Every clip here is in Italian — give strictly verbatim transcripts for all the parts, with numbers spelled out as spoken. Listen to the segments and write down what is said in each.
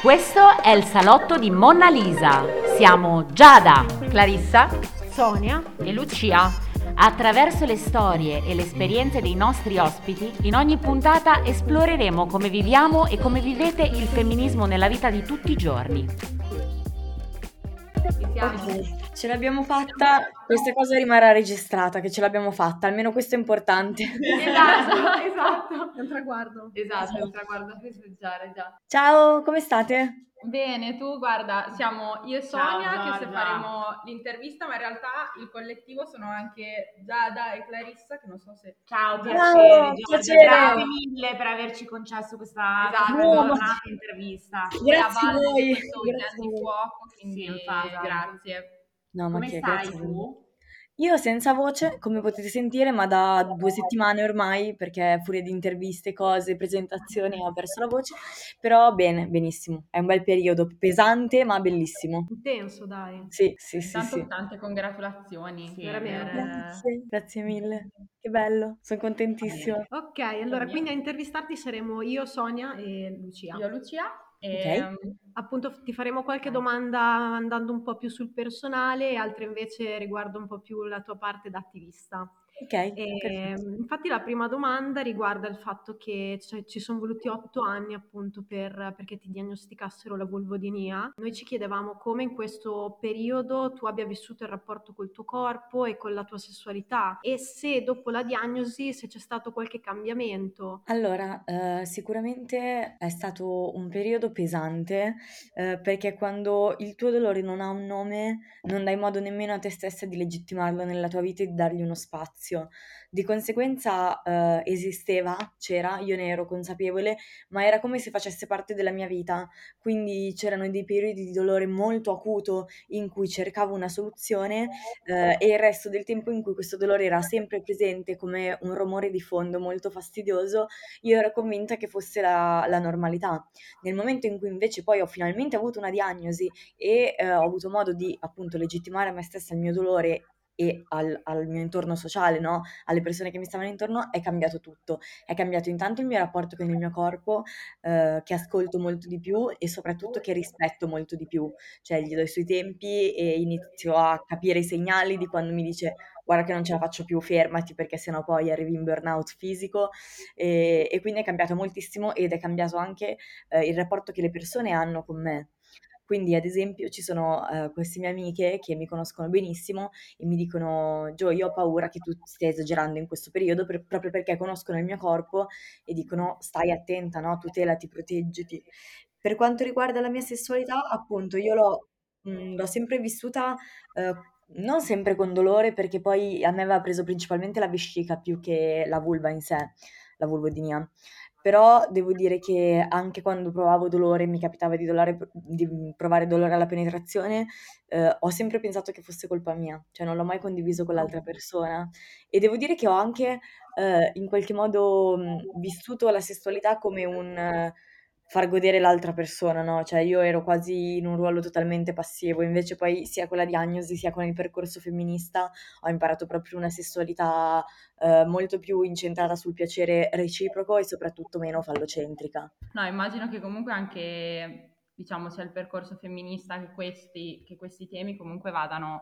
Questo è il salotto di Monna Lisa. Siamo Giada, Clarissa, Sonia e Lucia. Attraverso le storie e le esperienze dei nostri ospiti, in ogni puntata esploreremo come viviamo e come vivete il femminismo nella vita di tutti i giorni. ok, ce l'abbiamo fatta, questa cosa rimarrà registrata, che ce l'abbiamo fatta, almeno questo è importante. Esatto, esatto. è un traguardo. Esatto, è un traguardo da festeggiare già. Ciao, come state? Bene, tu guarda, siamo io e Sonia Ciao, che se Giorgia. faremo l'intervista, ma in realtà il collettivo sono anche Giada e Clarissa, che non so se... Ciao, piacere, Ciao, Giorgia, piacere. grazie mille per averci concesso questa Esatto. giornata di intervista. Poi a Grazie a valle voi, di questo weekend grazie a di voi. fuoco, quindi Sì, infatti. grazie. No, ma Come che stai grazie a voi. tu? Io senza voce, come potete sentire, ma da due settimane ormai, perché furia di interviste, cose, presentazioni ho perso la voce, però bene, benissimo. È un bel periodo, pesante ma bellissimo. Intenso, dai. Sì, sì, sì, Intanto sì. tante congratulazioni. Sì, veramente. per- Grazie, grazie mille. Che bello, sono contentissima. Ok, allora quindi a intervistarti saremo io, Sonia e Lucia. Io Lucia. Ok. E, Appunto ti faremo qualche domanda andando un po' più sul personale e altre invece riguardo un po' più la tua parte da attivista. Ok, E, perfetto. infatti la prima domanda riguarda il fatto che cioè, ci sono voluti otto anni appunto per, perché ti diagnosticassero la vulvodinia. Noi ci chiedevamo come in questo periodo tu abbia vissuto il rapporto col tuo corpo e con la tua sessualità e se dopo la diagnosi se c'è stato qualche cambiamento. Allora, eh, sicuramente è stato un periodo pesante, eh, perché quando il tuo dolore non ha un nome, non dai modo nemmeno a te stessa di legittimarlo nella tua vita e di dargli uno spazio. Di conseguenza, eh, esisteva, c'era, io ne ero consapevole, ma era come se facesse parte della mia vita. Quindi c'erano dei periodi di dolore molto acuto in cui cercavo una soluzione, eh, e il resto del tempo in cui questo dolore era sempre presente come un rumore di fondo molto fastidioso, io ero convinta che fosse la, la normalità. Nel momento in cui invece poi ho finalmente avuto una diagnosi e eh, ho avuto modo di appunto legittimare a me stessa il mio dolore e al, al mio intorno sociale, no? Alle persone che mi stavano intorno, è cambiato tutto. È cambiato intanto il mio rapporto con il mio corpo, eh, che ascolto molto di più e soprattutto che rispetto molto di più. Cioè gli do i suoi tempi e inizio a capire i segnali di quando mi dice guarda che non ce la faccio più, fermati perché sennò poi arrivi in burnout fisico e, e quindi è cambiato moltissimo ed è cambiato anche eh, il rapporto che le persone hanno con me. Quindi, ad esempio, ci sono eh, queste mie amiche che mi conoscono benissimo e mi dicono: Gio, io ho paura che tu stia esagerando in questo periodo per- proprio perché conoscono il mio corpo e dicono: stai attenta, no? Tutelati, proteggiti. Per quanto riguarda la mia sessualità, appunto, io l'ho mh, l'ho sempre vissuta eh, non sempre con dolore, perché poi a me aveva preso principalmente la vescica più che la vulva in sé, la vulvodinia. Però devo dire che anche quando provavo dolore, mi capitava di, dolare- di provare dolore alla penetrazione, eh, ho sempre pensato che fosse colpa mia, cioè non l'ho mai condiviso con l'altra persona. E devo dire che ho anche eh, in qualche modo mh, vissuto la sessualità come un eh, far godere l'altra persona, no? Cioè io ero quasi in un ruolo totalmente passivo, invece poi sia con la diagnosi sia con il percorso femminista ho imparato proprio una sessualità eh, molto più incentrata sul piacere reciproco e soprattutto meno fallocentrica. No, immagino che comunque anche, diciamo, sia il percorso femminista che questi, che questi temi comunque vadano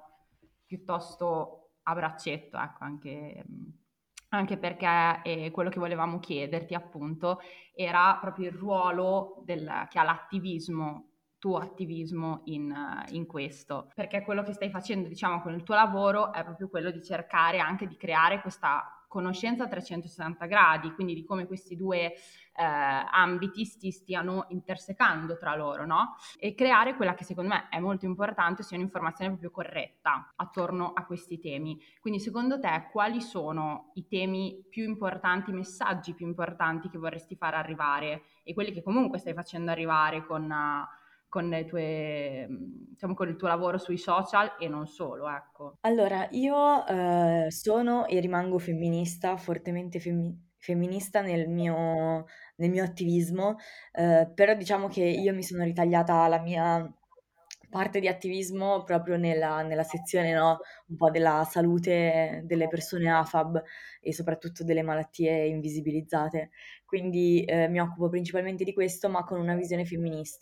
piuttosto a braccetto, ecco, anche, anche perché eh, quello che volevamo chiederti appunto era proprio il ruolo del, che ha l'attivismo, tuo attivismo in, eh, in questo, perché quello che stai facendo, diciamo, con il tuo lavoro è proprio quello di cercare anche di creare questa conoscenza a trecentosessanta gradi, quindi di come questi due eh, ambiti si stiano intersecando tra loro, no? E creare quella che secondo me è molto importante, sia un'informazione proprio corretta attorno a questi temi. Quindi secondo te quali sono i temi più importanti, i messaggi più importanti che vorresti far arrivare e quelli che comunque stai facendo arrivare con... Uh, con, le tue, diciamo, con il tuo lavoro sui social e non solo, ecco. Allora, io eh, sono e rimango femminista, fortemente femmi- femminista nel mio, nel mio attivismo, eh, però diciamo che io mi sono ritagliata la mia parte di attivismo proprio nella, nella sezione, no, un po' della salute delle persone A F A B e soprattutto delle malattie invisibilizzate. Quindi eh, mi occupo principalmente di questo, ma con una visione femminista.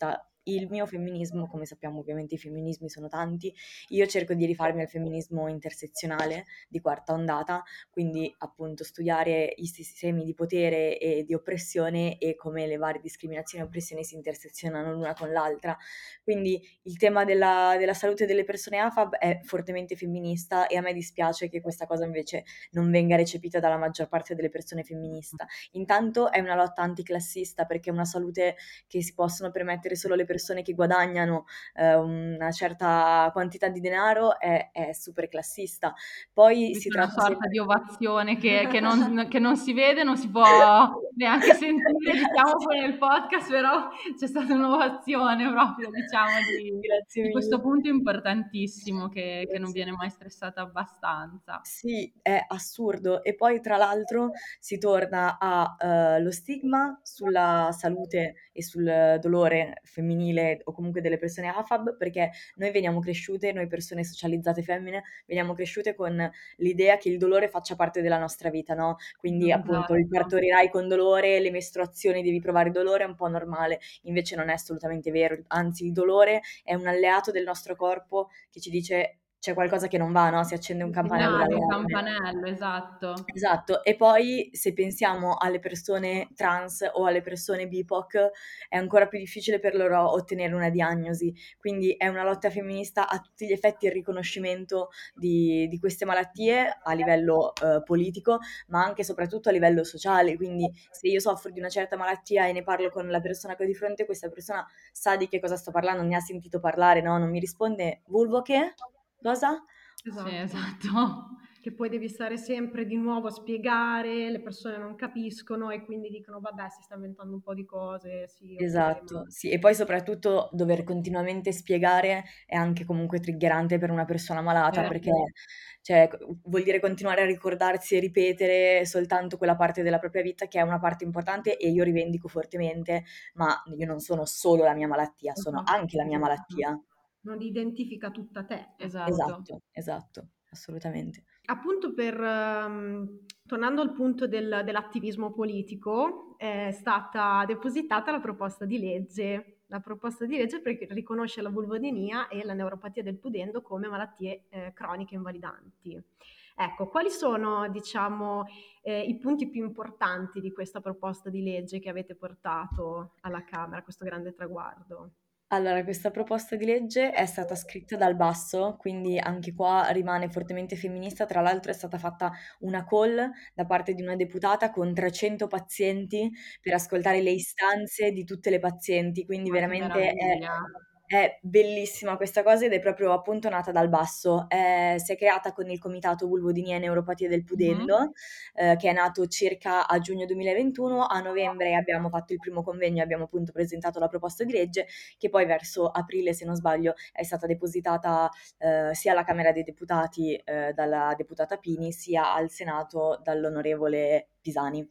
il mio femminismo, come sappiamo ovviamente i femminismi sono tanti, io cerco di rifarmi al femminismo intersezionale di quarta ondata, quindi appunto studiare i sistemi di potere e di oppressione e come le varie discriminazioni e oppressioni si intersezionano l'una con l'altra. Quindi il tema della, della salute delle persone A F A B è fortemente femminista e a me dispiace che questa cosa invece non venga recepita dalla maggior parte delle persone femministe. Intanto è una lotta anticlassista perché una salute che si possono permettere solo le persone che guadagnano eh, una certa quantità di denaro è, è super classista. Poi Questa si è una tratta sorta sempre... di ovazione che, che non, che non si vede, non si può neanche sentire, diciamo, poi nel podcast, però c'è stata un'ovazione proprio, diciamo, di, Grazie di questo mille. punto importantissimo che, che non Grazie. viene mai stressato abbastanza. Sì, è assurdo. E poi tra l'altro si torna allo stigma sulla salute e sul dolore femminile o comunque delle persone A F A B, perché noi veniamo cresciute, noi persone socializzate femmine, veniamo cresciute con l'idea che il dolore faccia parte della nostra vita, no? Quindi appunto il Esatto. partorirai con dolore, le mestruazioni devi provare dolore, è un po' normale. Invece non è assolutamente vero, anzi il dolore è un alleato del nostro corpo che ci dice c'è qualcosa che non va, no? Si accende un Un campanello segnale. Un d'allarme. campanello, esatto. Esatto, e poi se pensiamo alle persone trans o alle persone B I P O C è ancora più difficile per loro ottenere una diagnosi, quindi è una lotta femminista a tutti gli effetti il riconoscimento di, di queste malattie a livello eh, politico, ma anche e soprattutto a livello sociale, quindi se io soffro di una certa malattia e ne parlo con la persona che ho di fronte, questa persona sa di che cosa sto parlando, ne ha sentito parlare, no? Non mi risponde vulvo che? Cosa? Esatto. Sì, esatto. Che poi devi stare sempre di nuovo a spiegare, le persone non capiscono e quindi dicono vabbè si sta inventando un po' di cose, sì, ok, Esatto, ma... sì, e poi soprattutto dover continuamente spiegare è anche comunque triggerante per una persona malata, Certo. perché cioè, co- vuol dire continuare a ricordarsi e ripetere soltanto quella parte della propria vita che è una parte importante e io rivendico fortemente, ma io non sono solo la mia malattia, sono Esatto, anche la mia esatto. malattia. Non identifica tutta te. ecco. Esatto. Esatto, esatto, assolutamente. Appunto per, ehm, tornando al punto del- dell'attivismo politico, è stata depositata la proposta di legge, la proposta di legge perché riconosce la vulvodinia e la neuropatia del pudendo come malattie eh, croniche invalidanti. Ecco, quali sono, diciamo, eh, i punti più importanti di questa proposta di legge che avete portato alla Camera, questo grande traguardo? Allora, questa proposta di legge è stata scritta dal basso, quindi anche qua rimane fortemente femminista. Tra l'altro è stata fatta una call da parte di una deputata con trecento pazienti per ascoltare le istanze di tutte le pazienti, quindi Ma che veramente è, meraviglia. è bellissima questa cosa ed è proprio appunto nata dal basso. Eh, si è creata con il Comitato Vulvodinia e Neuropatie del Mhm. Pudendo, eh, che è nato circa a giugno duemilaventuno. A novembre abbiamo fatto il primo convegno e abbiamo appunto presentato la proposta di legge che poi verso aprile, se non sbaglio, è stata depositata eh, sia alla Camera dei Deputati eh, dalla deputata Pini, sia al Senato dall'onorevole Pisani.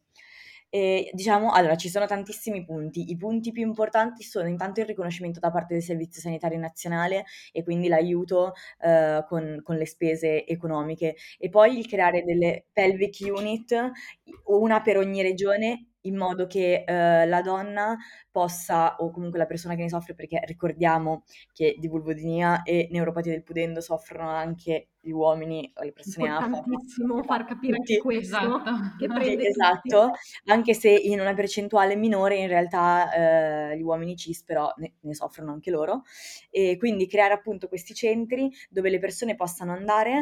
E, diciamo, allora, ci sono tantissimi punti. I punti più importanti sono intanto il riconoscimento da parte del Servizio Sanitario Nazionale e quindi l'aiuto eh, con, con le spese economiche e poi il creare delle pelvic unit, una per ogni regione, in modo che eh, la donna possa, o comunque la persona che ne soffre, perché ricordiamo che di vulvodinia e neuropatia del pudendo soffrono anche gli uomini o le persone A F A. Importantissimo far capire anche Tutti. questo, Esatto. che Sì, prende tutti. esatto, anche se in una percentuale minore in realtà eh, gli uomini cis però ne, ne soffrono anche loro e quindi creare appunto questi centri dove le persone possano andare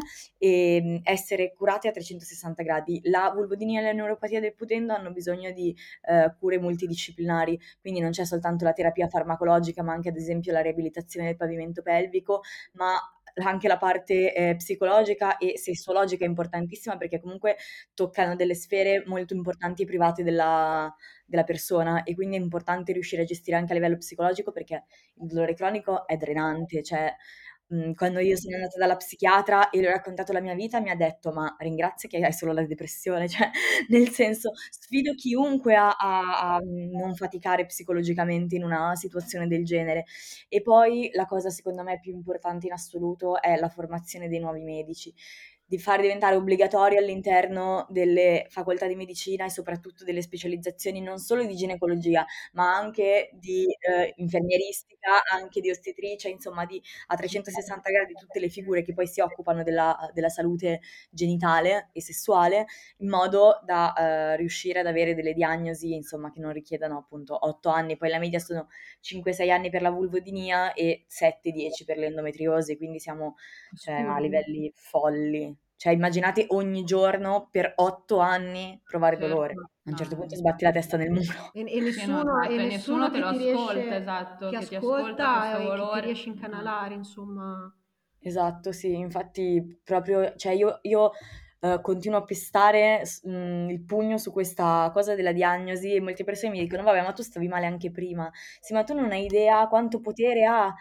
e mh, essere curate a trecentosessanta gradi. La vulvodinia e la neuropatia del pudendo hanno bisogno di eh, cure multidisciplinari, quindi non c'è soltanto la terapia farmacologica ma anche ad esempio la riabilitazione del pavimento pelvico, ma anche la parte eh, psicologica e sessuologica è importantissima perché comunque toccano delle sfere molto importanti e private della, della persona e quindi è importante riuscire a gestire anche a livello psicologico perché il dolore cronico è drenante, cioè mh, quando io sono andata dalla psichiatra e le ho raccontato la mia vita mi ha detto ma ringrazia che hai solo la depressione, cioè nel senso sfido chiunque a, a- a non faticare psicologicamente in una situazione del genere. E poi la cosa secondo me più importante in assoluto è la formazione dei nuovi medici. di far diventare obbligatorio all'interno delle facoltà di medicina e soprattutto delle specializzazioni non solo di ginecologia, ma anche di eh, infermieristica, anche di ostetricia, insomma di a trecentosessanta gradi tutte le figure che poi si occupano della, della salute genitale e sessuale, in modo da eh, riuscire ad avere delle diagnosi, insomma, che non richiedano appunto otto anni, poi la media sono cinque sei anni per la vulvodinia e sette dieci per l'endometriosi, quindi siamo cioè, a Assurdo. livelli folli. Cioè, immaginate ogni giorno per otto anni provare Certo, dolore. A un no, certo è punto sbatti la testa nel muro. E, e Sì, no, nessuno, e esatto, e nessuno nessuno te che lo ti ascolta, riesce, esatto, ti che ti ascolta ascolta questo e che ti dolore. riesce a No. incanalare, insomma. Esatto, sì, infatti proprio, cioè io, io eh, continuo a pestare s- mh, il pugno su questa cosa della diagnosi e molte persone mi dicono, vabbè, ma tu stavi male anche prima. Sì, ma tu non hai idea quanto potere ha.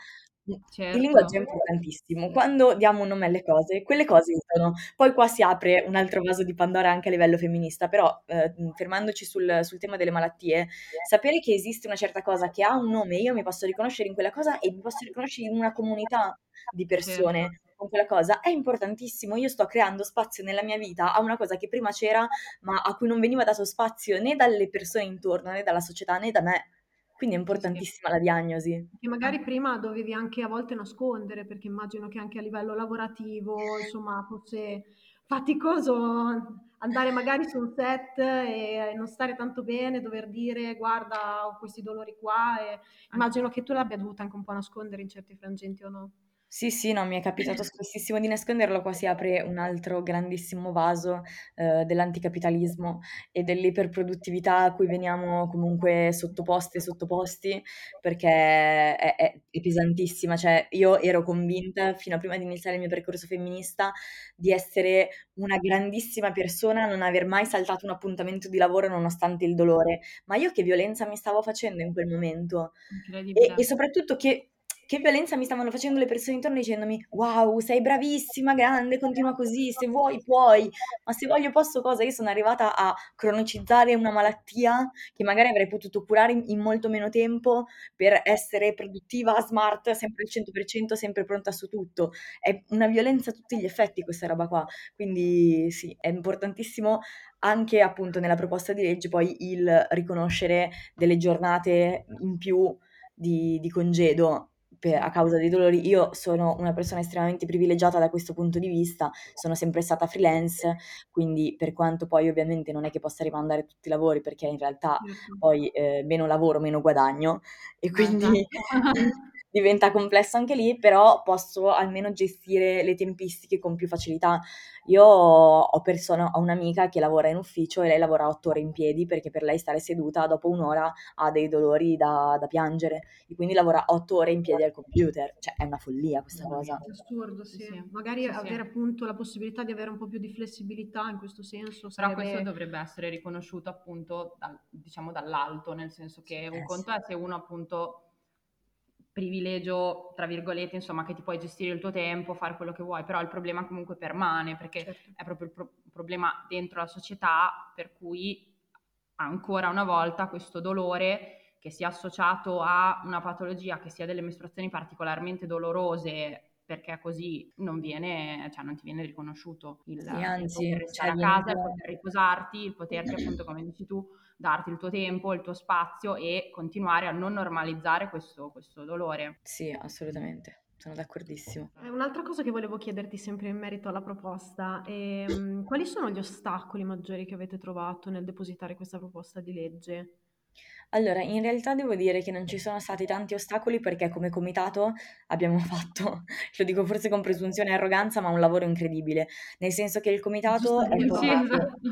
Il linguaggio è Certo, importantissimo. Quando diamo un nome alle cose, quelle cose aiutano. Poi qua si apre un altro vaso di Pandora anche a livello femminista, però eh, mh, fermandoci sul, sul tema delle malattie, sapere che esiste una certa cosa che ha un nome, io mi posso riconoscere in quella cosa e mi posso riconoscere in una comunità di certo. persone con quella cosa, è importantissimo. Io sto creando spazio nella mia vita a una cosa che prima c'era, ma a cui non veniva dato spazio né dalle persone intorno, né dalla società, né da me. Quindi è Sì, sì. importantissima la diagnosi. Che magari prima dovevi anche a volte nascondere, perché immagino che anche a livello lavorativo, insomma, fosse faticoso andare magari su un set e non stare tanto bene, dover dire guarda, ho questi dolori qua, e immagino che tu l'abbia dovuta anche un po' nascondere in certi frangenti o no? Sì, sì, no, mi è capitato spessissimo di nasconderlo, qua si apre un altro grandissimo vaso eh, dell'anticapitalismo e dell'iperproduttività a cui veniamo comunque sottoposte e sottoposti, perché è, è- è pesantissima. Cioè, io ero convinta, fino a prima di iniziare il mio percorso femminista, di essere una grandissima persona, non aver mai saltato un appuntamento di lavoro nonostante il dolore. Ma io che violenza mi stavo facendo in quel momento? E, e Incredibile. soprattutto che, che violenza mi stavano facendo le persone intorno dicendomi wow, sei bravissima, grande, continua così, se vuoi puoi, ma se voglio posso cosa? Io sono arrivata a cronicizzare una malattia che magari avrei potuto curare in, in molto meno tempo per essere produttiva, smart, sempre al cento per cento, sempre pronta su tutto. È una violenza a tutti gli effetti questa roba qua, quindi sì, è importantissimo anche appunto nella proposta di legge poi il riconoscere delle giornate in più di, di congedo per- a causa dei dolori. Io sono una persona estremamente privilegiata da questo punto di vista, sono sempre stata freelance, quindi per quanto poi ovviamente non è che possa rimandare tutti i lavori, perché in realtà Certo. poi eh, meno lavoro, meno guadagno e Eh, quindi esatto. diventa complesso anche lì, però posso almeno gestire le tempistiche con più facilità. Io ho, persona, ho un'amica che lavora in ufficio e lei lavora otto ore in piedi perché per lei stare seduta dopo un'ora ha dei dolori da, da piangere e quindi lavora otto ore in piedi al computer. Cioè è una follia questa Mamma mia. cosa. Assurdo, Sì, sì. sì. Magari Sì, sì. avere appunto la possibilità di avere un po' più di flessibilità in questo senso Però questo sarebbe... dovrebbe essere riconosciuto appunto dal- diciamo dall'alto, nel senso che un Eh sì. conto è se uno appunto privilegio, tra virgolette, insomma, che ti puoi gestire il tuo tempo, fare quello che vuoi, però il problema comunque permane, perché Certo. è proprio il pro- problema dentro la società, per cui ancora una volta questo dolore che sia associato a una patologia, che sia delle mestruazioni particolarmente dolorose, perché così non viene, cioè non ti viene riconosciuto il, Sì, il poter anzi, restare cioè a viene casa, il poter riposarti, il poterti appunto, come dici tu, darti il tuo tempo, il tuo spazio e continuare a non normalizzare questo, questo dolore. Sì, assolutamente, sono d'accordissimo. Eh, Un'altra cosa che volevo chiederti sempre in merito alla proposta, ehm, quali sono gli ostacoli maggiori che avete trovato nel depositare questa proposta di legge? Allora, in realtà devo dire che non ci sono stati tanti ostacoli perché come comitato abbiamo fatto, lo dico forse con presunzione e arroganza, ma un lavoro incredibile, nel senso che il comitato è Giustamente. Sì, formato... esatto.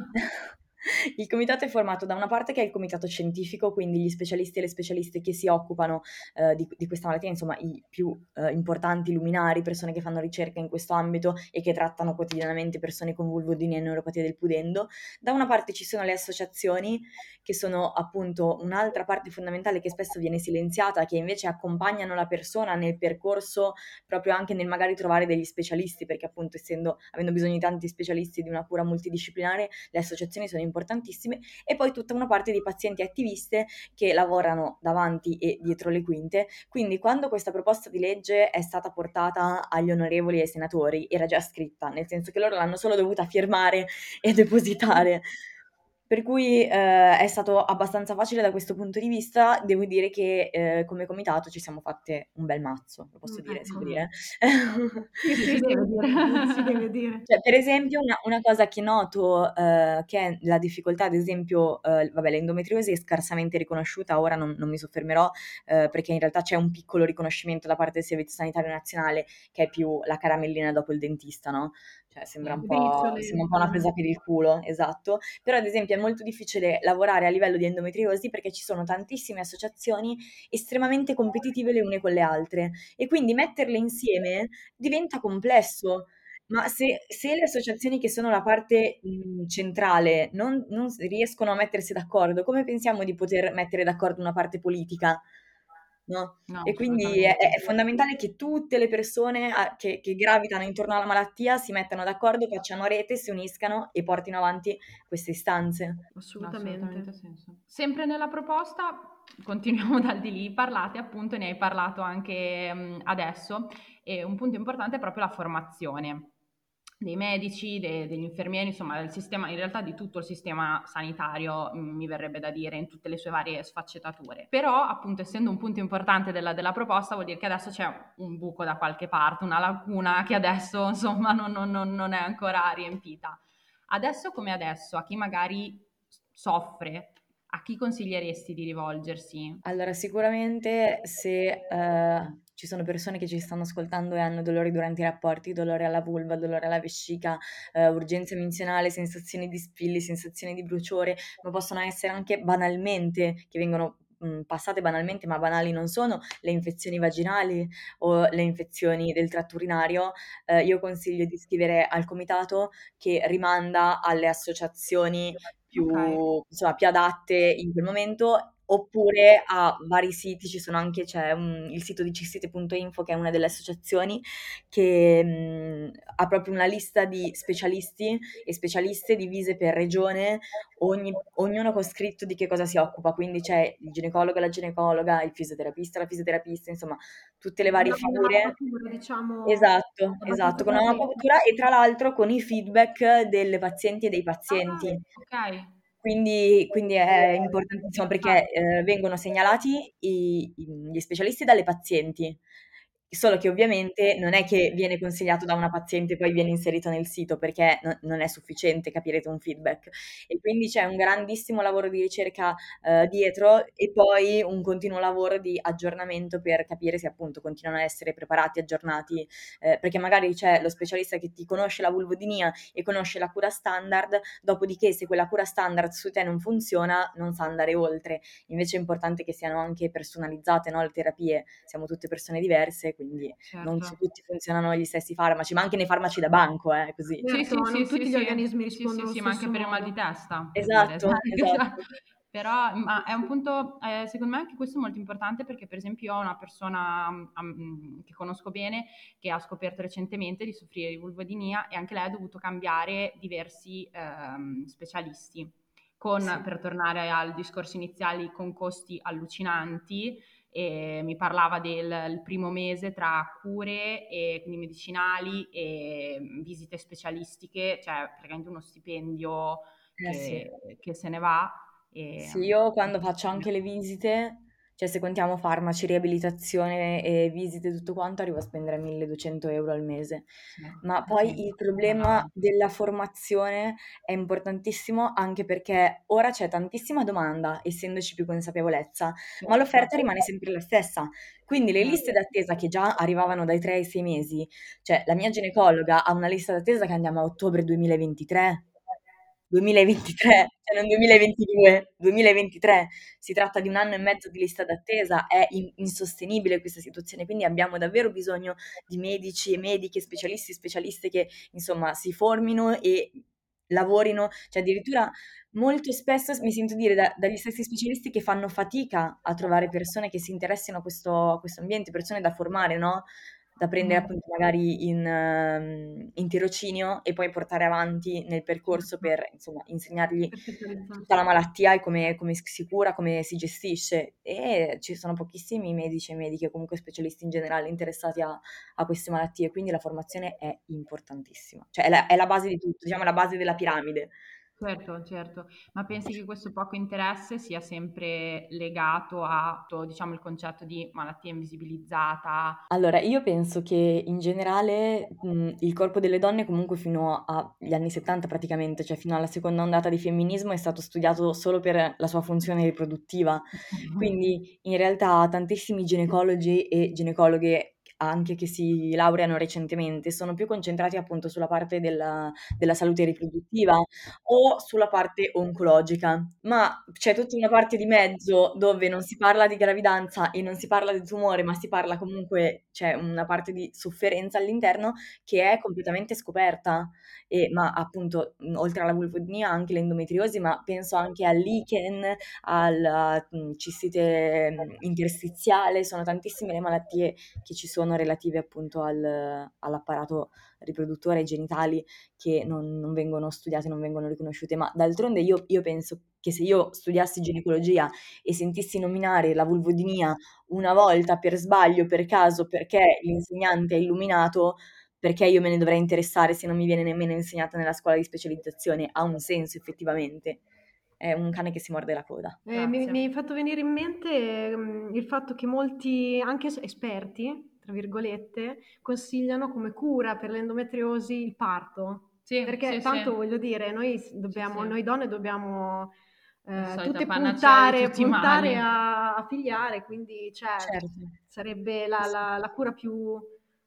Il comitato è formato da una parte che è il comitato scientifico, quindi gli specialisti e le specialiste che si occupano eh, di, di questa malattia, insomma i più eh, importanti luminari, persone che fanno ricerca in questo ambito e che trattano quotidianamente persone con vulvodinia e neuropatia del pudendo. Da una parte ci sono le associazioni, che sono appunto un'altra parte fondamentale che spesso viene silenziata, che invece accompagnano la persona nel percorso, proprio anche nel magari trovare degli specialisti, perché appunto essendo, avendo bisogno di tanti specialisti di una cura multidisciplinare, le associazioni sono importantissime, tantissime, e poi tutta una parte di pazienti attiviste che lavorano davanti e dietro le quinte. Quindi quando questa proposta di legge è stata portata agli onorevoli e ai senatori era già scritta, nel senso che loro l'hanno solo dovuta firmare e depositare. Per cui eh, è stato abbastanza facile da questo punto di vista. Devo dire che eh, come comitato ci siamo fatte un bel mazzo, lo posso Mm, dire, si ecco. può dire? Sì, Si sì, deve sì, dire. si deve dire. Cioè, per esempio, una, una cosa che noto eh, che è la difficoltà, ad esempio, eh, vabbè, l'endometriosi è scarsamente riconosciuta, ora non, non mi soffermerò, eh, perché in realtà c'è un piccolo riconoscimento da parte del Servizio Sanitario Nazionale, che è più la caramellina dopo il dentista, no? Cioè, sembra un Le po', briciole, sembra un po' una presa per il culo, esatto. Però, ad esempio, è molto difficile lavorare a livello di endometriosi perché ci sono tantissime associazioni estremamente competitive le une con le altre, e quindi metterle insieme diventa complesso. Ma se, se le associazioni che sono la parte mh, centrale non, non s- riescono a mettersi d'accordo, come pensiamo di poter mettere d'accordo una parte politica? No? No, E quindi è, assolutamente. è fondamentale che tutte le persone a- che, che gravitano intorno alla malattia si mettano d'accordo, facciano rete, si uniscano e portino avanti queste istanze. Ha assolutamente assolutamente. senso. Sempre nella proposta, continuiamo dal di lì, parlate appunto, ne hai parlato anche mh, adesso, e un punto importante è proprio la formazione dei medici, de- degli infermieri, insomma del sistema, in realtà di tutto il sistema sanitario, mh, mi verrebbe da dire, in tutte le sue varie sfaccettature. Però appunto, essendo un punto importante della, della proposta, vuol dire che adesso c'è un buco da qualche parte, una lacuna che adesso insomma non, non- non- non è ancora riempita. Adesso come adesso, a chi magari soffre, a chi consiglieresti di rivolgersi? Allora, sicuramente se eh, ci sono persone che ci stanno ascoltando e hanno dolori durante i rapporti, dolore alla vulva, dolore alla vescica, eh, urgenza menzionale, sensazioni di spilli, sensazioni di bruciore, ma possono essere anche banalmente, che vengono mh, passate banalmente, ma banali non sono, le infezioni vaginali o le infezioni del tratto urinario. Eh, io consiglio di iscrivere al comitato che rimanda alle associazioni Ok, più, insomma, più adatte in quel momento, oppure a vari siti. Ci sono anche, c'è un- il sito di cistite punto info, che è una delle associazioni che mh, ha proprio una lista di specialisti e specialiste divise per regione, ogni- ognuno con scritto di che cosa si occupa, quindi c'è il ginecologo e la ginecologa, il fisioterapista, la fisioterapista, insomma, tutte le varie Una, una figure. mappatura, diciamo, Esatto, abbastanza esatto, con una completa. mappatura e tra l'altro con i feedback delle pazienti e dei ah, pazienti. ok. Quindi, quindi è importantissimo perché eh, vengono segnalati i- i- gli specialisti dalle pazienti, solo che ovviamente non è che viene consigliato da una paziente e poi viene inserito nel sito, perché no- non è sufficiente, capirete, un feedback. E quindi c'è un grandissimo lavoro di ricerca eh, dietro, e poi un continuo lavoro di aggiornamento per capire se appunto continuano a essere preparati, aggiornati, eh, perché magari c'è lo specialista che ti conosce la vulvodinia e conosce la cura standard, dopodiché se quella cura standard su te non funziona non sa andare oltre. Invece è importante che siano anche personalizzate, no, le terapie, siamo tutte persone diverse, quindi non su Certo. tutti funzionano gli stessi farmaci, ma anche nei farmaci da banco, eh, così. Sì, Certo, sì, ma sì, non sì, tutti gli sì, organismi sì, sì, rispondono allo sì, ma anche stesso per il mal di modo. testa, per dire. Esatto, esatto. Però ma è un punto, eh, secondo me anche questo è molto importante, perché per esempio io ho una persona mm, am- che conosco bene che ha scoperto recentemente di soffrire di vulvodinia, e anche lei ha dovuto cambiare diversi ehm, specialisti, con, Sì. per tornare al discorso iniziale, con costi allucinanti. E mi parlava del il primo mese tra cure e quindi medicinali e visite specialistiche, cioè praticamente uno stipendio Eh sì. che, che se ne va. E, Sì, io quando faccio anche le visite, cioè se contiamo farmaci, riabilitazione e visite, tutto quanto, arrivo a spendere milleduecento euro al mese. sì, Ma sì, poi il problema no, della formazione è importantissimo, anche perché ora c'è tantissima domanda, essendoci più consapevolezza, ma certo, l'offerta rimane sempre la stessa. Quindi le liste certo. d'attesa che già arrivavano dai tre ai sei mesi, cioè la mia ginecologa ha una lista d'attesa che andiamo a ottobre duemilaventitré. duemilaventitré, cioè non duemilaventidue, duemilaventitré. Si tratta di un anno e mezzo di lista d'attesa, è in- insostenibile questa situazione, quindi abbiamo davvero bisogno di medici e mediche, specialisti e specialiste che insomma si formino e lavorino, cioè addirittura molto spesso mi sento dire da- dagli stessi specialisti che fanno fatica a trovare persone che si interessino a questo, a questo ambiente, persone da formare, no? da prendere Mm. appunto magari in, ehm, in tirocinio e poi portare avanti nel percorso Certo. per, insomma, insegnargli Per specializzarsi. tutta la malattia e come, come si cura, come si gestisce. E ci sono pochissimi medici e mediche, comunque specialisti in generale, interessati a, a queste malattie, quindi la formazione è importantissima. Cioè è la, è la base di tutto, diciamo, la base della piramide. Certo, certo, ma pensi che questo poco interesse sia sempre legato a, diciamo, il concetto di malattia invisibilizzata? Allora, io penso che in generale mh, il corpo delle donne comunque fino agli anni settanta praticamente, cioè fino alla seconda ondata di femminismo, è stato studiato solo per la sua funzione riproduttiva. Quindi in realtà tantissimi ginecologi e ginecologhe, anche che si laureano recentemente, sono più concentrati appunto sulla parte della, della salute riproduttiva o sulla parte oncologica, ma c'è tutta una parte di mezzo dove non si parla di gravidanza e non si parla di tumore, ma si parla comunque, c'è una parte di sofferenza all'interno che è completamente scoperta. E, ma appunto, mh, oltre alla vulvodynia, anche l'endometriosi, ma penso anche al lichen, alla mh, cistite mh, interstiziale, sono tantissime le malattie che ci sono relative appunto al- all'apparato riproduttore, ai genitali, che non, non vengono studiate, non vengono riconosciute, ma d'altronde io, io penso che se io studiassi ginecologia e sentissi nominare la vulvodynia una volta per sbaglio, per caso, perché l'insegnante è illuminato, perché io me ne dovrei interessare se non mi viene nemmeno insegnata nella scuola di specializzazione? Ha un senso effettivamente. È un cane che si morde la coda. Eh, mi, Grazie. mi hai fatto venire in mente mm, il fatto che molti, anche es- esperti, tra virgolette, consigliano come cura per l'endometriosi il parto. Sì, Perché sì, tanto sì. voglio dire, noi s- dobbiamo, sì. noi donne dobbiamo La eh, solita tutte panacea di puntare, tutti i puntare mali. a, a figliare, quindi cioè, Certo. sarebbe la, Sì. la- la cura più,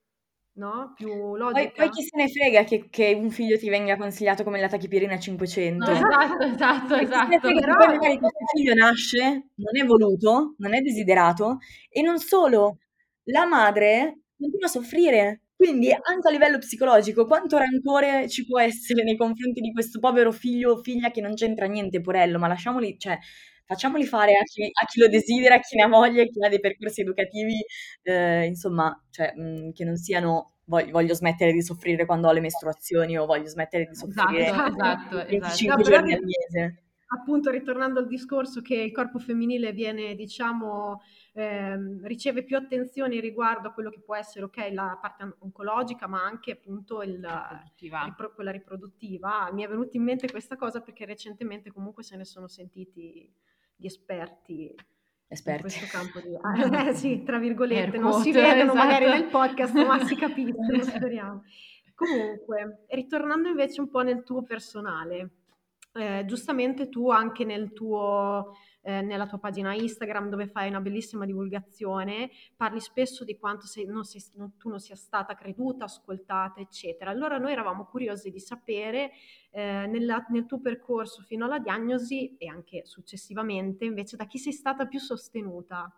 no? Più Poi, logica. poi chi se ne frega che, che un figlio ti venga consigliato come la tachipirina No, cinquecento? esatto, esatto, E chi se ne esatto. frega che Però poi magari questo figlio nasce, non è voluto, non è desiderato, e non solo, la madre continua a soffrire. Quindi anche a livello psicologico, quanto rancore ci può essere nei confronti di questo povero figlio o figlia che non c'entra niente, porello, ma lasciamoli, cioè, facciamoli fare a chi, a chi lo desidera, a chi ne ha voglia, a chi ha dei percorsi educativi, eh, insomma, cioè, mh, che non siano voglio, voglio smettere di soffrire quando ho le mestruazioni o voglio smettere di soffrire Esatto, esatto. esatto, esatto. venticinque No, però giorni ri- al mese. appunto ritornando al discorso che il corpo femminile viene, diciamo, ehm, riceve più attenzioni riguardo a quello che può essere, ok, la parte on- oncologica, ma anche appunto il, Riproduttiva. ripro- quella riproduttiva. Mi è venuta in mente questa cosa perché recentemente comunque se ne sono sentiti di esperti in Esperti. questo campo di... Eh, sì, tra virgolette, Air non si quote, vedono magari esatto. nel podcast, ma si capiscono, speriamo. Comunque, ritornando invece un po' nel tuo personale, eh, giustamente tu anche nel tuo, eh, nella tua pagina Instagram dove fai una bellissima divulgazione, parli spesso di quanto sei- non sei- non- tu non sia stata creduta, ascoltata, eccetera. Allora noi eravamo curiosi di sapere eh, nella- nel tuo percorso fino alla diagnosi e anche successivamente invece da chi sei stata più sostenuta.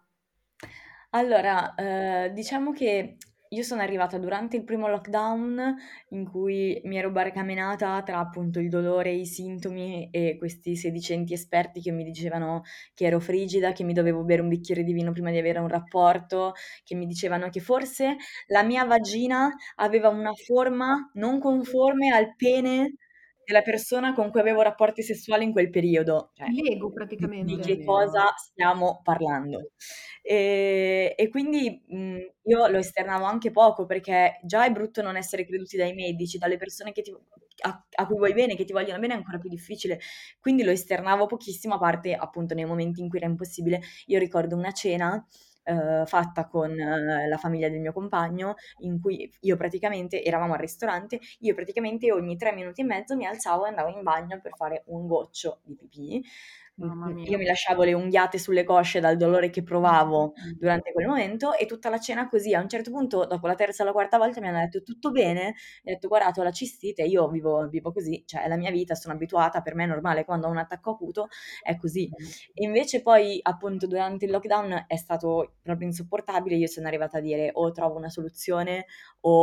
Allora, eh, diciamo che io sono arrivata durante il primo lockdown in cui mi ero barcamenata tra appunto il dolore, i sintomi e questi sedicenti esperti che mi dicevano che ero frigida, che mi dovevo bere un bicchiere di vino prima di avere un rapporto, che mi dicevano che forse la mia vagina aveva una forma non conforme al pene della persona con cui avevo rapporti sessuali in quel periodo. Cioè, Lego di, di praticamente. che cosa stiamo parlando? E, e quindi mh, io lo esternavo anche poco perché già è brutto non essere creduti dai medici, dalle persone che ti- a, a cui vuoi bene, che ti vogliono bene, è ancora più difficile. Quindi lo esternavo pochissimo, a parte appunto nei momenti in cui era impossibile. Io ricordo una cena eh, fatta con eh, la famiglia del mio compagno, in cui io praticamente eravamo al ristorante, io praticamente ogni tre minuti e mezzo mi alzavo e andavo in bagno per fare un goccio di pipì. Mamma mia. Io mi lasciavo le unghiate sulle cosce dal dolore che provavo durante quel momento e tutta la cena così. A un certo punto, dopo la terza o la quarta volta, mi hanno detto tutto bene? Mi ho detto guarda, ho la cistite, io vivo, vivo così, cioè è la mia vita, sono abituata, per me è normale, quando ho un attacco acuto è così. E invece poi appunto durante il lockdown è stato proprio insopportabile, io sono arrivata a dire o trovo una soluzione o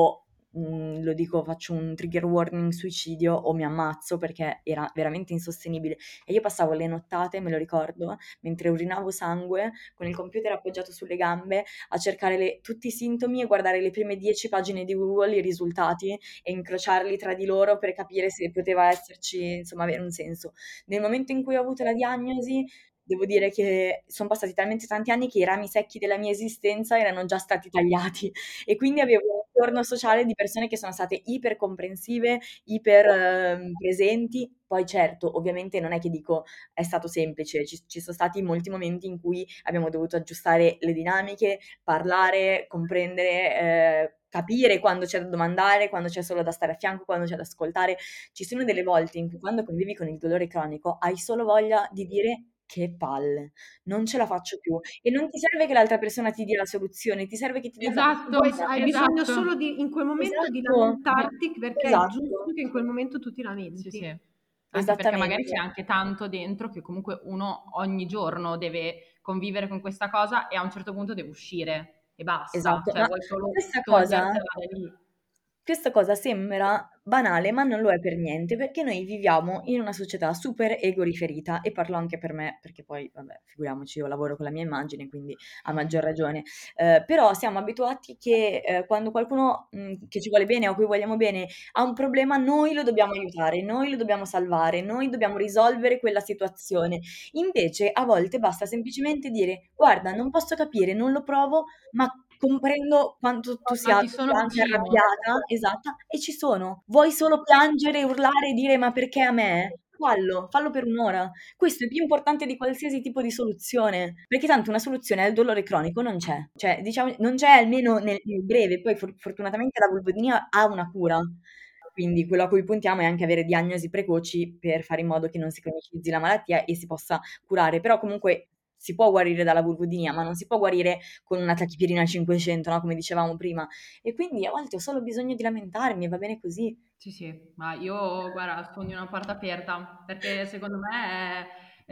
mh, lo dico, faccio un trigger warning suicidio o mi ammazzo, perché era veramente insostenibile. E io passavo le nottate, me lo ricordo, mentre urinavo sangue, con il computer appoggiato sulle gambe, a cercare le- tutti i sintomi e guardare le prime dieci pagine di Google, i risultati, e incrociarli tra di loro per capire se poteva esserci, insomma, avere un senso. Nel momento in cui ho avuto la diagnosi, devo dire che sono passati talmente tanti anni che i rami secchi della mia esistenza erano già stati tagliati e quindi avevo un intorno sociale di persone che sono state iper comprensive, iper ehm, presenti. Poi certo, ovviamente non è che dico è stato semplice, ci, ci sono stati molti momenti in cui abbiamo dovuto aggiustare le dinamiche, parlare, comprendere, eh, capire quando c'è da domandare, quando c'è solo da stare a fianco, quando c'è da ascoltare. Ci sono delle volte in cui quando convivi con il dolore cronico hai solo voglia di dire che palle, non ce la faccio più. E non ti serve che l'altra persona ti dia la soluzione, ti serve che ti dia Esatto, Poi guarda, hai bisogno esatto. solo di, in quel momento di esatto, lamentarti perché è giusto esatto, che in quel momento tu ti Sì, lamenti. sì. Anche perché magari c'è esattamente, anche tanto dentro che comunque uno ogni giorno deve convivere con questa cosa e a un certo punto deve uscire e basta, esatto. cioè Ma vuoi solo questa cosa togliertela da lì. Questa cosa sembra banale, ma non lo è per niente, perché noi viviamo in una società super ego-riferita, e parlo anche per me, perché poi, vabbè, figuriamoci, io lavoro con la mia immagine, quindi a maggior ragione. Eh, però siamo abituati che eh, quando qualcuno mh, che ci vuole bene o a cui vogliamo bene ha un problema, noi lo dobbiamo aiutare, noi lo dobbiamo salvare, noi dobbiamo risolvere quella situazione. Invece, a volte basta semplicemente dire: guarda, non posso capire, non lo provo, ma comprendo quanto tu Ma sia, ti tu sono sia anche vicino. arrabbiata, esatta, e ci sono. Vuoi solo piangere, urlare e dire ma perché a me? Fallo, fallo per un'ora. Questo è più importante di qualsiasi tipo di soluzione, perché tanto una soluzione al dolore cronico non c'è. Cioè, diciamo, non c'è almeno nel, nel breve, poi for- fortunatamente la vulvodynia ha una cura. Quindi quello a cui puntiamo è anche avere diagnosi precoci per fare in modo che non si cronicizzi la malattia e si possa curare. Però comunque si può guarire dalla vulvodynia, ma non si può guarire con una tachipirina cinquecento, no? Come dicevamo prima. E quindi a volte ho solo bisogno di lamentarmi e va bene così. Sì, sì, ma io, guarda, sfondi una porta aperta, perché secondo me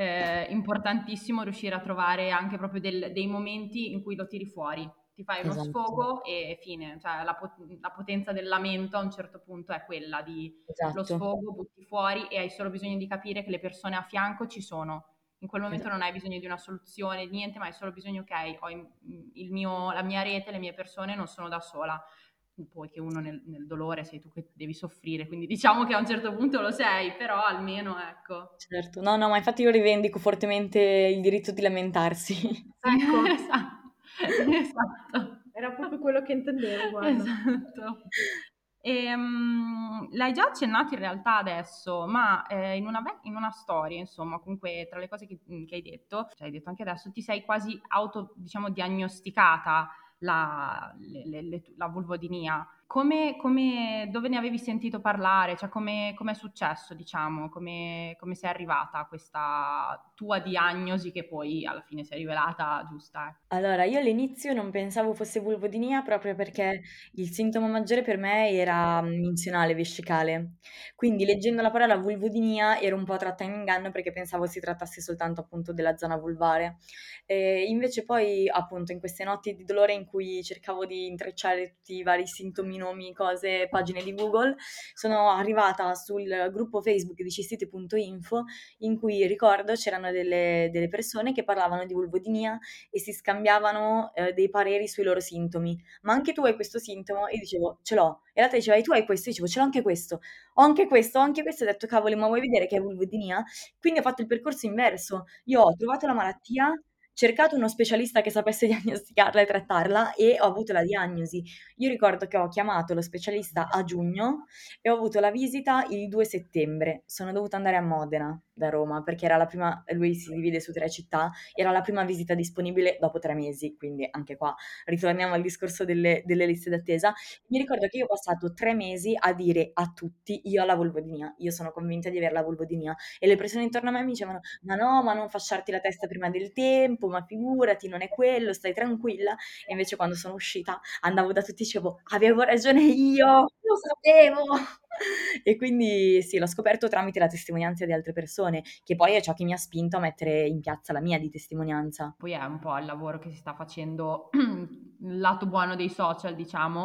è eh, importantissimo riuscire a trovare anche proprio del- dei momenti in cui lo tiri fuori. Ti fai uno Esatto, sfogo e fine, cioè la, pot- la potenza del lamento a un certo punto è quella di lo esatto, sfogo, butti fuori e hai solo bisogno di capire che le persone a fianco ci sono. In quel momento esatto. non hai bisogno di una soluzione, di niente, ma hai solo bisogno, ok, ho il il mio- la mia rete, le mie persone, non sono da sola. Poi che uno nel, nel dolore sei tu che devi soffrire, quindi diciamo che a un certo punto lo sei, però almeno ecco. Certo. No, no, ma infatti io rivendico fortemente il diritto di lamentarsi. Sì, Ecco, esatto, esatto, era proprio quello che intendevo, guarda. esatto. Ehm, l'hai già accennato in realtà adesso, ma eh, in una, ve- in una storia, insomma, comunque tra le cose che, che hai detto, cioè hai detto anche adesso, ti sei quasi auto, diciamo, diagnosticata la, le- le- le- la vulvodinia. Come, come- dove ne avevi sentito parlare? Cioè, come come è successo, diciamo? Come, come sei arrivata a questa tua diagnosi che poi alla fine si è rivelata giusta? Ecco. Allora, io all'inizio non pensavo fosse vulvodinia proprio perché il sintomo maggiore per me era minzionale vescicale. Quindi leggendo la parola vulvodinia ero un po' tratta in inganno perché pensavo si trattasse soltanto appunto della zona vulvare. E invece poi appunto in queste notti di dolore in cui cercavo di intrecciare tutti i vari sintomi, nomi, cose, pagine di Google, sono arrivata sul gruppo Facebook di cistite punto info in cui ricordo c'erano delle, delle persone che parlavano di vulvodinia e si scambiavano eh, dei pareri sui loro sintomi. Ma anche tu hai questo sintomo? E io dicevo, ce l'ho. E l'altra diceva, e tu hai questo? Io dicevo, ce l'ho anche questo. Ho anche questo, ho anche questo. E ho detto, cavoli, ma vuoi vedere che è vulvodinia? Quindi ho fatto il percorso inverso. Io ho trovato la malattia, cercato uno specialista che sapesse diagnosticarla e trattarla e ho avuto la diagnosi. Io ricordo che ho chiamato lo specialista a giugno e ho avuto la visita il due settembre. Sono dovuta andare a Modena da Roma perché era la prima, lui si divide su tre città, era la prima visita disponibile dopo tre mesi, quindi anche qua ritorniamo al discorso delle, delle liste d'attesa. Mi ricordo che io ho passato tre mesi a dire a tutti, io ho la vulvodinia, io sono convinta di avere la vulvodinia, e le persone intorno a me mi dicevano, ma no, ma non fasciarti la testa prima del tempo, ma figurati, non è quello, stai tranquilla. E invece quando sono uscita andavo da tutti e dicevo, avevo ragione io, lo sapevo. E quindi sì, l'ho scoperto tramite la testimonianza di altre persone, che poi è ciò che mi ha spinto a mettere in piazza la mia di testimonianza. Poi è un po' il lavoro che si sta facendo, il lato buono dei social, diciamo,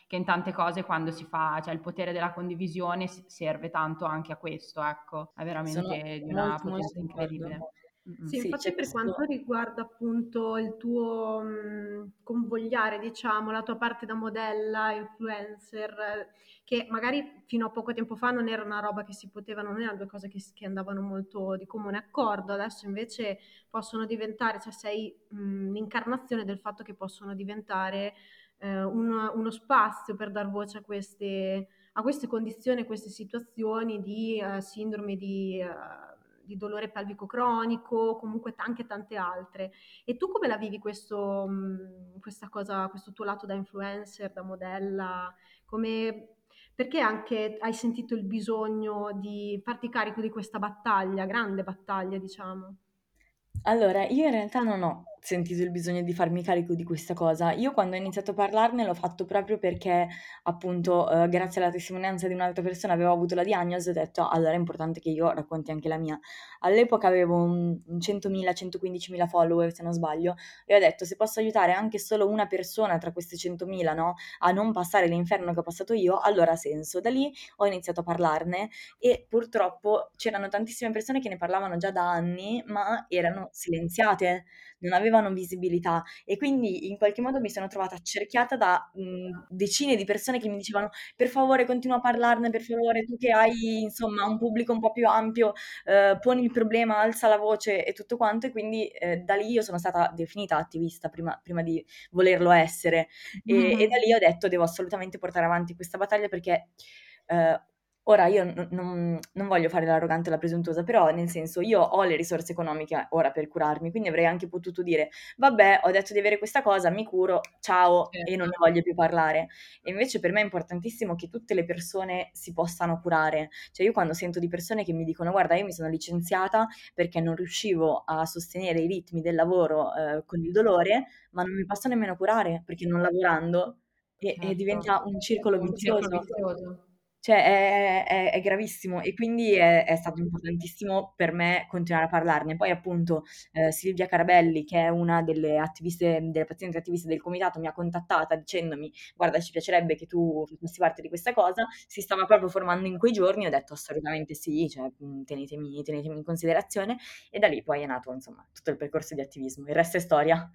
che in tante cose quando si fa, cioè il potere della condivisione serve tanto anche a questo, ecco, è veramente Sono di una molto, molto potenza d'accordo. incredibile. Mm-mm. Sì, Sì, infatti c'è per questo... quanto riguarda appunto il tuo mh, convogliare, diciamo, la tua parte da modella, influencer, eh, che magari fino a poco tempo fa non era una roba che si potevano, non erano due cose che, che andavano molto di comune accordo, adesso invece possono diventare, cioè sei mh, l'incarnazione del fatto che possono diventare eh, un- uno spazio per dar voce a queste, a queste condizioni, a queste situazioni di eh, sindrome di... eh, di dolore pelvico cronico, comunque t- anche tante altre. E tu come la vivi questo, mh, questa cosa, questo tuo lato da influencer, da modella? Come, perché anche hai sentito il bisogno di farti carico di questa battaglia, grande battaglia, diciamo? Allora, io in realtà non ho sentito il bisogno di farmi carico di questa cosa. Io quando ho iniziato a parlarne l'ho fatto proprio perché, appunto, eh, grazie alla testimonianza di un'altra persona avevo avuto la diagnosi e ho detto, "Ah, allora è importante che io racconti anche la mia." All'epoca avevo un, un centomila, centoquindicimila follower, se non sbaglio, e ho detto, se posso aiutare anche solo una persona tra queste centomila, no, a non passare l'inferno che ho passato io, allora ha senso. Da lì ho iniziato a parlarne e purtroppo c'erano tantissime persone che ne parlavano già da anni, ma erano silenziate, non avevano visibilità e quindi in qualche modo mi sono trovata accerchiata da mh, decine di persone che mi dicevano per favore continua a parlarne, per favore tu che hai insomma un pubblico un po' più ampio, eh, poni il problema, alza la voce e tutto quanto e quindi eh, da lì io sono stata definita attivista prima, prima di volerlo essere e, e da lì ho detto devo assolutamente portare avanti questa battaglia perché eh, ora io n- non, non voglio fare l'arrogante e la presuntuosa, però nel senso io ho le risorse economiche ora per curarmi, quindi avrei anche potuto dire vabbè, ho detto di avere questa cosa, mi curo, ciao, e non ne Certo. voglio più parlare. E invece per me è importantissimo che tutte le persone si possano curare. Cioè io quando sento di persone che mi dicono guarda, io mi sono licenziata perché non riuscivo a sostenere i ritmi del lavoro eh, con il dolore, ma non mi posso nemmeno curare perché non lavorando e, e Certo, diventa un circolo un circolo vizioso. vizioso. Cioè è, è- è gravissimo e quindi è, è stato importantissimo per me continuare a parlarne. Poi appunto eh, Silvia Carabelli, che è una delle attiviste, delle pazienti attiviste del comitato, mi ha contattata dicendomi guarda ci piacerebbe che tu facessi parte di questa cosa, si stava proprio formando in quei giorni, ho detto assolutamente sì, cioè, mh, tenetemi, tenetemi in considerazione e da lì poi è nato insomma tutto il percorso di attivismo, il resto è storia.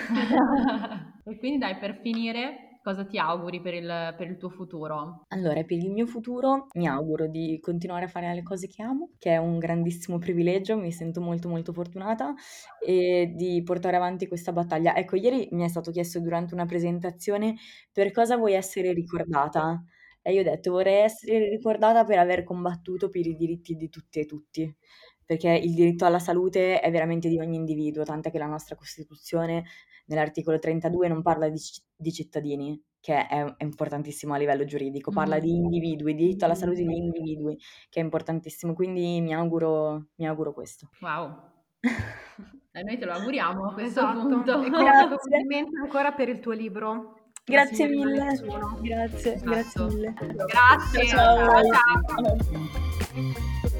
E quindi dai, per finire, cosa ti auguri per il, per il tuo futuro? Allora, per il mio futuro mi auguro di continuare a fare le cose che amo, che è un grandissimo privilegio, mi sento molto molto fortunata e di portare avanti questa battaglia. Ecco, ieri mi è stato chiesto durante una presentazione per cosa vuoi essere ricordata e io ho detto vorrei essere ricordata per aver combattuto per i diritti di tutti e tutti, perché il diritto alla salute è veramente di ogni individuo, tant'è che la nostra Costituzione nell'articolo trentadue non parla di, ci- di cittadini, che è, è importantissimo a livello giuridico, parla di Mhm. individui, diritto alla salute di individui, che è importantissimo, quindi mi auguro, mi auguro questo. Wow. E noi te lo auguriamo a questo Esatto, punto. e com- Grazie, complimenti ancora per il tuo libro, La grazie signorina mille, Nessuno. grazie, grazie Esatto. mille. Ciao Grazie, ciao. ciao ciao. Ciao.